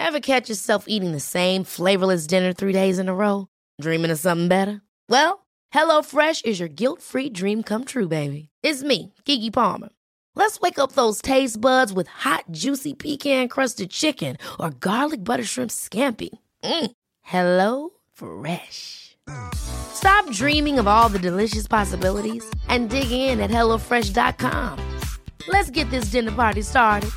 Ever catch yourself eating the same flavorless dinner 3 days in a row? Dreaming of something better? Well, HelloFresh is your guilt-free dream come true, baby. It's me, Keke Palmer. Let's wake up those taste buds with hot, juicy pecan-crusted chicken or garlic butter shrimp scampi. Hello Fresh. Stop dreaming of all the delicious possibilities and dig in at HelloFresh.com. Let's get this dinner party started.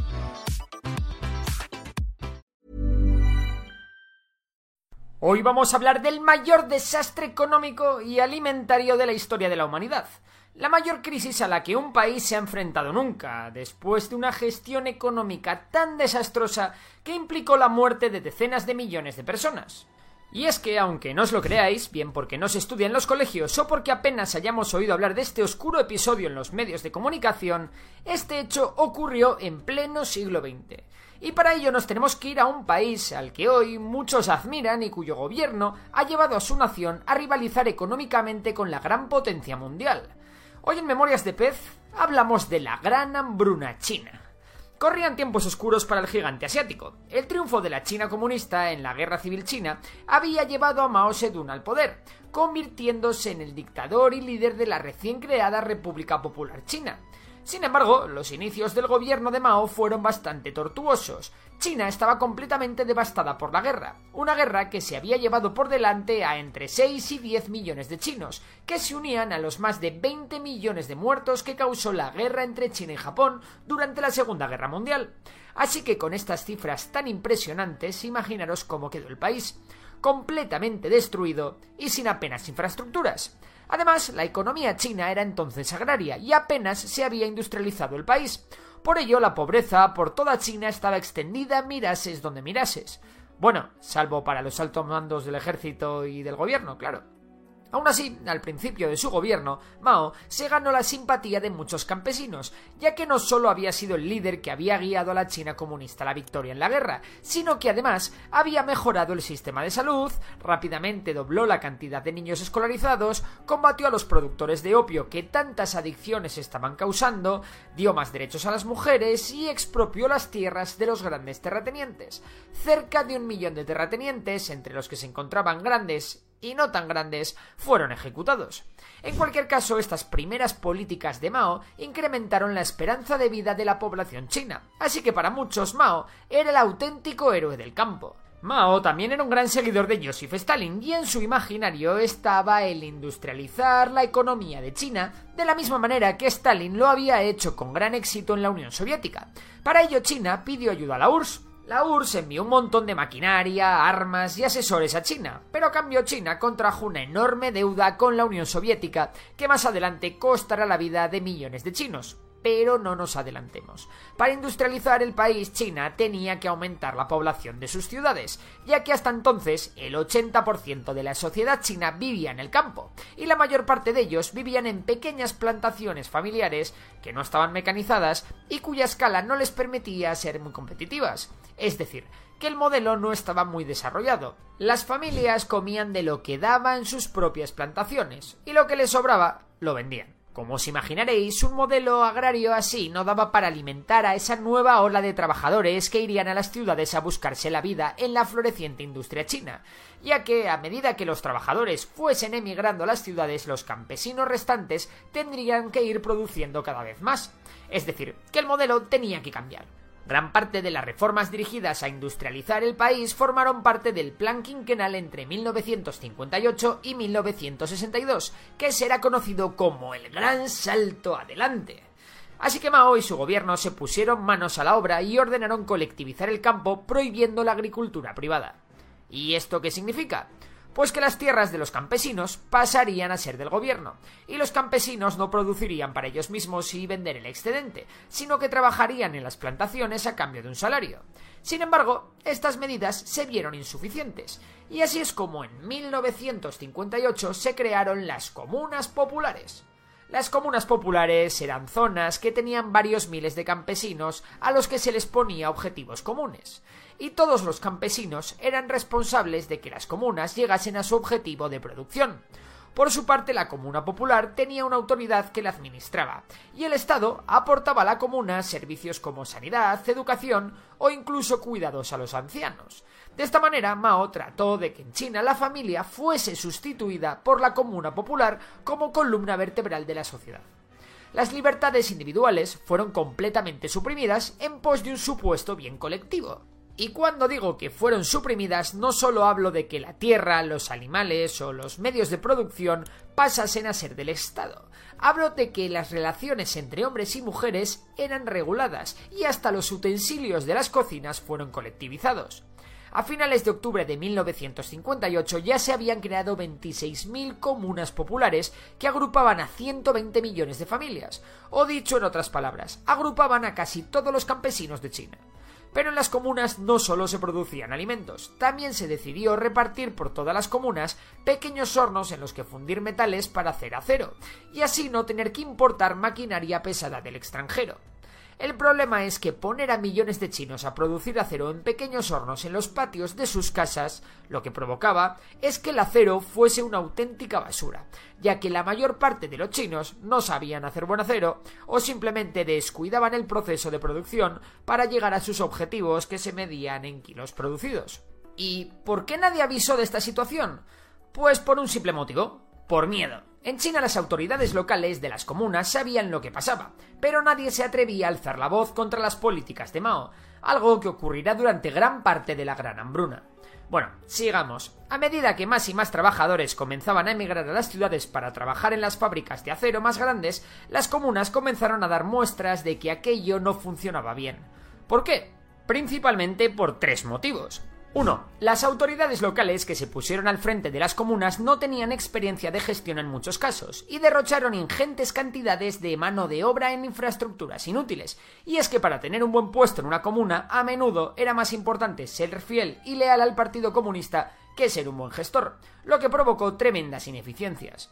Hoy vamos a hablar del mayor desastre económico y alimentario de la historia de la humanidad. La mayor crisis a la que un país se ha enfrentado nunca, después de una gestión económica tan desastrosa que implicó la muerte de decenas de millones de personas. Y es que, aunque no os lo creáis, bien porque no se estudia en los colegios o porque apenas hayamos oído hablar de este oscuro episodio en los medios de comunicación, este hecho ocurrió en pleno siglo XX. Y para ello nos tenemos que ir a un país al que hoy muchos admiran y cuyo gobierno ha llevado a su nación a rivalizar económicamente con la gran potencia mundial. Hoy en Memorias de Pez hablamos de la gran hambruna china. Corrían tiempos oscuros para el gigante asiático. El triunfo de la China comunista en la Guerra Civil China había llevado a Mao Zedong al poder, convirtiéndose en el dictador y líder de la recién creada República Popular China. Sin embargo, los inicios del gobierno de Mao fueron bastante tortuosos. China estaba completamente devastada por la guerra, una guerra que se había llevado por delante a entre 6 y 10 millones de chinos, que se unían a los más de 20 millones de muertos que causó la guerra entre China y Japón durante la Segunda Guerra Mundial. Así que con estas cifras tan impresionantes, imaginaros cómo quedó el país, completamente destruido y sin apenas infraestructuras. Además, la economía china era entonces agraria y apenas se había industrializado el país. Por ello, la pobreza por toda China estaba extendida mirases donde mirases. Bueno, salvo para los altos mandos del ejército y del gobierno, claro. Aún así, al principio de su gobierno, Mao se ganó la simpatía de muchos campesinos, ya que no solo había sido el líder que había guiado a la China comunista a la victoria en la guerra, sino que además había mejorado el sistema de salud, rápidamente dobló la cantidad de niños escolarizados, combatió a los productores de opio que tantas adicciones estaban causando, dio más derechos a las mujeres y expropió las tierras de los grandes terratenientes. Cerca de 1 millón de terratenientes, entre los que se encontraban grandes y no tan grandes, fueron ejecutados. En cualquier caso, estas primeras políticas de Mao incrementaron la esperanza de vida de la población china, así que para muchos Mao era el auténtico héroe del campo. Mao también era un gran seguidor de Joseph Stalin y en su imaginario estaba el industrializar la economía de China de la misma manera que Stalin lo había hecho con gran éxito en la Unión Soviética. Para ello China pidió ayuda a la URSS. La URSS envió un montón de maquinaria, armas y asesores a China, pero a cambio China contrajo una enorme deuda con la Unión Soviética que más adelante costará la vida de millones de chinos. Pero no nos adelantemos. Para industrializar el país, China tenía que aumentar la población de sus ciudades, ya que hasta entonces el 80% de la sociedad china vivía en el campo, y la mayor parte de ellos vivían en pequeñas plantaciones familiares que no estaban mecanizadas y cuya escala no les permitía ser muy competitivas. Es decir, que el modelo no estaba muy desarrollado. Las familias comían de lo que daba en sus propias plantaciones, y lo que les sobraba lo vendían. Como os imaginaréis, un modelo agrario así no daba para alimentar a esa nueva ola de trabajadores que irían a las ciudades a buscarse la vida en la floreciente industria china, ya que a medida que los trabajadores fuesen emigrando a las ciudades, los campesinos restantes tendrían que ir produciendo cada vez más. Es decir, que el modelo tenía que cambiar. Gran parte de las reformas dirigidas a industrializar el país formaron parte del Plan Quinquenal entre 1958 y 1962, que será conocido como el Gran Salto Adelante. Así que Mao y su gobierno se pusieron manos a la obra y ordenaron colectivizar el campo prohibiendo la agricultura privada. ¿Y esto qué significa? Pues que las tierras de los campesinos pasarían a ser del gobierno, y los campesinos no producirían para ellos mismos y vender el excedente, sino que trabajarían en las plantaciones a cambio de un salario. Sin embargo, estas medidas se vieron insuficientes, y así es como en 1958 se crearon las comunas populares. Las comunas populares eran zonas que tenían varios miles de campesinos a los que se les ponía objetivos comunes, y todos los campesinos eran responsables de que las comunas llegasen a su objetivo de producción. Por su parte, la Comuna Popular tenía una autoridad que la administraba, y el Estado aportaba a la comuna servicios como sanidad, educación o incluso cuidados a los ancianos. De esta manera, Mao trató de que en China la familia fuese sustituida por la Comuna Popular como columna vertebral de la sociedad. Las libertades individuales fueron completamente suprimidas en pos de un supuesto bien colectivo. Y cuando digo que fueron suprimidas, no solo hablo de que la tierra, los animales o los medios de producción pasasen a ser del Estado. Hablo de que las relaciones entre hombres y mujeres eran reguladas y hasta los utensilios de las cocinas fueron colectivizados. A finales de octubre de 1958 ya se habían creado 26.000 comunas populares que agrupaban a 120 millones de familias, o dicho en otras palabras, agrupaban a casi todos los campesinos de China. Pero en las comunas no solo se producían alimentos, también se decidió repartir por todas las comunas pequeños hornos en los que fundir metales para hacer acero, y así no tener que importar maquinaria pesada del extranjero. El problema es que poner a millones de chinos a producir acero en pequeños hornos en los patios de sus casas, lo que provocaba es que el acero fuese una auténtica basura, ya que la mayor parte de los chinos no sabían hacer buen acero o simplemente descuidaban el proceso de producción para llegar a sus objetivos que se medían en kilos producidos. ¿Y por qué nadie avisó de esta situación? Pues por un simple motivo: por miedo. En China las autoridades locales de las comunas sabían lo que pasaba, pero nadie se atrevía a alzar la voz contra las políticas de Mao, algo que ocurrirá durante gran parte de la Gran Hambruna. Bueno, sigamos. A medida que más y más trabajadores comenzaban a emigrar a las ciudades para trabajar en las fábricas de acero más grandes, las comunas comenzaron a dar muestras de que aquello no funcionaba bien. ¿Por qué? Principalmente por tres motivos. 1. Las autoridades locales que se pusieron al frente de las comunas no tenían experiencia de gestión en muchos casos y derrocharon ingentes cantidades de mano de obra en infraestructuras inútiles. Y es que para tener un buen puesto en una comuna, a menudo era más importante ser fiel y leal al Partido Comunista que ser un buen gestor, lo que provocó tremendas ineficiencias.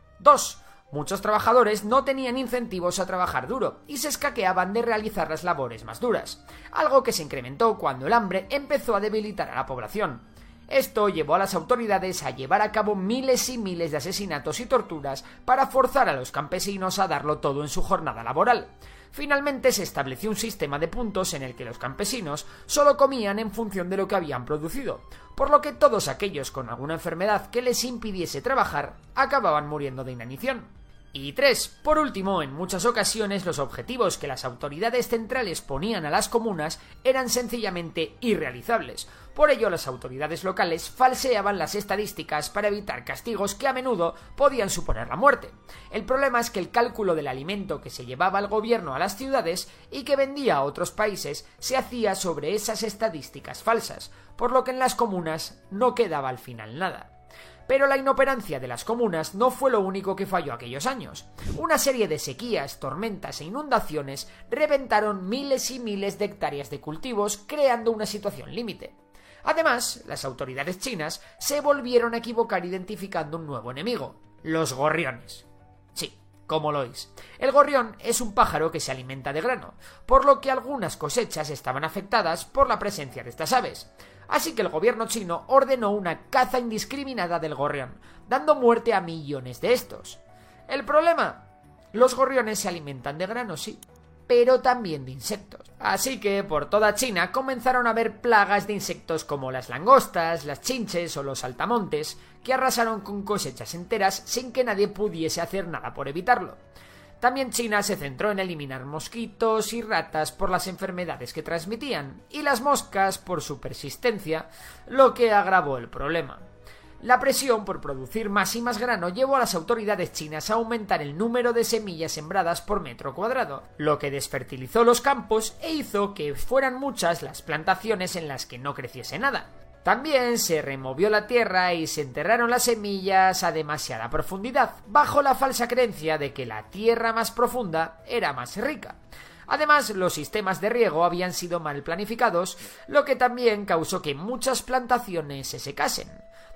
2. Muchos trabajadores no tenían incentivos a trabajar duro y se escaqueaban de realizar las labores más duras, algo que se incrementó cuando el hambre empezó a debilitar a la población. Esto llevó a las autoridades a llevar a cabo miles y miles de asesinatos y torturas para forzar a los campesinos a darlo todo en su jornada laboral. Finalmente se estableció un sistema de puntos en el que los campesinos solo comían en función de lo que habían producido, por lo que todos aquellos con alguna enfermedad que les impidiese trabajar acababan muriendo de inanición. Y 3. Por último, en muchas ocasiones los objetivos que las autoridades centrales ponían a las comunas eran sencillamente irrealizables. Por ello, las autoridades locales falseaban las estadísticas para evitar castigos que a menudo podían suponer la muerte. El problema es que el cálculo del alimento que se llevaba el gobierno a las ciudades y que vendía a otros países se hacía sobre esas estadísticas falsas, por lo que en las comunas no quedaba al final nada. Pero la inoperancia de las comunas no fue lo único que falló aquellos años. Una serie de sequías, tormentas e inundaciones reventaron miles y miles de hectáreas de cultivos, creando una situación límite. Además, las autoridades chinas se volvieron a equivocar identificando un nuevo enemigo: los gorriones. Sí, como lo oís. El gorrión es un pájaro que se alimenta de grano, por lo que algunas cosechas estaban afectadas por la presencia de estas aves. Así que el gobierno chino ordenó una caza indiscriminada del gorrión, dando muerte a millones de estos. ¿El problema? Los gorriones se alimentan de grano, sí, pero también de insectos. Así que por toda China comenzaron a haber plagas de insectos como las langostas, las chinches o los saltamontes, que arrasaron con cosechas enteras sin que nadie pudiese hacer nada por evitarlo. También China se centró en eliminar mosquitos y ratas por las enfermedades que transmitían, y las moscas por su persistencia, lo que agravó el problema. La presión por producir más y más grano llevó a las autoridades chinas a aumentar el número de semillas sembradas por metro cuadrado, lo que desfertilizó los campos e hizo que fueran muchas las plantaciones en las que no creciese nada. También se removió la tierra y se enterraron las semillas a demasiada profundidad, bajo la falsa creencia de que la tierra más profunda era más rica. Además, los sistemas de riego habían sido mal planificados, lo que también causó que muchas plantaciones se secasen.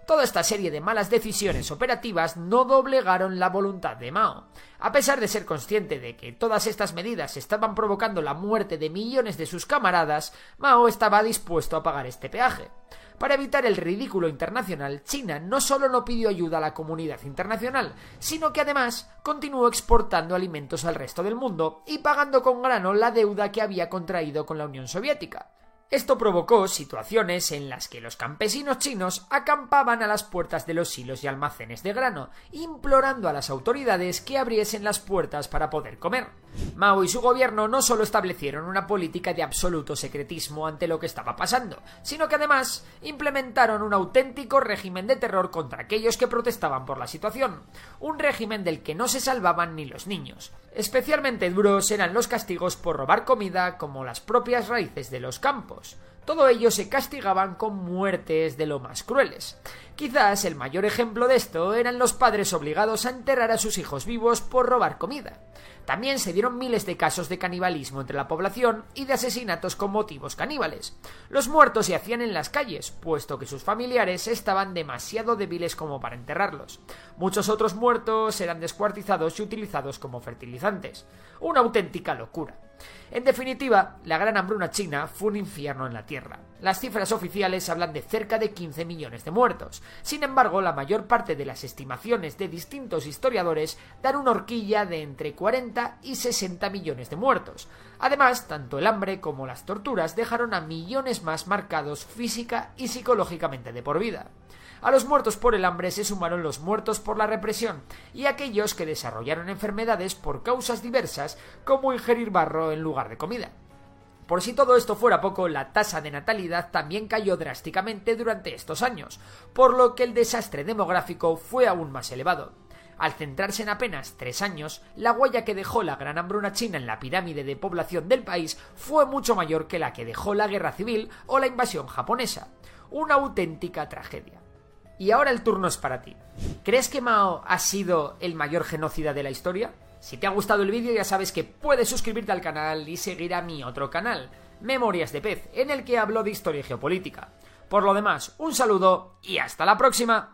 Toda esta serie de malas decisiones operativas no doblegaron la voluntad de Mao. A pesar de ser consciente de que todas estas medidas estaban provocando la muerte de millones de sus camaradas, Mao estaba dispuesto a pagar este peaje. Para evitar el ridículo internacional, China no solo no pidió ayuda a la comunidad internacional, sino que además continuó exportando alimentos al resto del mundo y pagando con grano la deuda que había contraído con la Unión Soviética. Esto provocó situaciones en las que los campesinos chinos acampaban a las puertas de los silos y almacenes de grano, implorando a las autoridades que abriesen las puertas para poder comer. Mao y su gobierno no solo establecieron una política de absoluto secretismo ante lo que estaba pasando, sino que además implementaron un auténtico régimen de terror contra aquellos que protestaban por la situación, un régimen del que no se salvaban ni los niños. Especialmente duros eran los castigos por robar comida, como las propias raíces de los campos. Todo ello se castigaban con muertes de lo más crueles. Quizás el mayor ejemplo de esto eran los padres obligados a enterrar a sus hijos vivos por robar comida. También se dieron miles de casos de canibalismo entre la población y de asesinatos con motivos caníbales. Los muertos se hacían en las calles, puesto que sus familiares estaban demasiado débiles como para enterrarlos. Muchos otros muertos eran descuartizados y utilizados como fertilizantes. Una auténtica locura. En definitiva, la Gran Hambruna China fue un infierno en la Tierra. Las cifras oficiales hablan de cerca de 15 millones de muertos. Sin embargo, la mayor parte de las estimaciones de distintos historiadores dan una horquilla de entre 40 y 60 millones de muertos. Además, tanto el hambre como las torturas dejaron a millones más marcados física y psicológicamente de por vida. A los muertos por el hambre se sumaron los muertos por la represión y aquellos que desarrollaron enfermedades por causas diversas, como ingerir barro en lugar de comida. Por si todo esto fuera poco, la tasa de natalidad también cayó drásticamente durante estos años, por lo que el desastre demográfico fue aún más elevado. Al centrarse en apenas 3 años, la huella que dejó la Gran Hambruna China en la pirámide de población del país fue mucho mayor que la que dejó la guerra civil o la invasión japonesa. Una auténtica tragedia. Y ahora el turno es para ti. ¿Crees que Mao ha sido el mayor genocida de la historia? Si te ha gustado el vídeo ya sabes que puedes suscribirte al canal y seguir a mi otro canal, Memorias de Pez, en el que hablo de historia y geopolítica. Por lo demás, un saludo y hasta la próxima.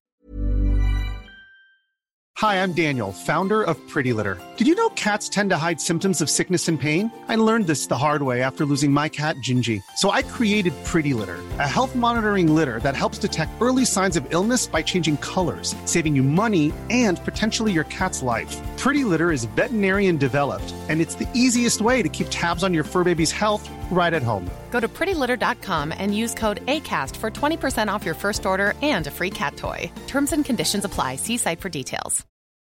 Hi, I'm Daniel, founder of Pretty Litter. Did you know cats tend to hide symptoms of sickness and pain? I learned this the hard way after losing my cat, Gingy. So I created Pretty Litter, a health monitoring litter that helps detect early signs of illness by changing colors, saving you money and potentially your cat's life. Pretty Litter is veterinarian developed, and it's the easiest way to keep tabs on your fur baby's health right at home. Go to prettylitter.com and use code ACAST for 20% off your first order and a free cat toy. Terms and conditions apply. See site for details.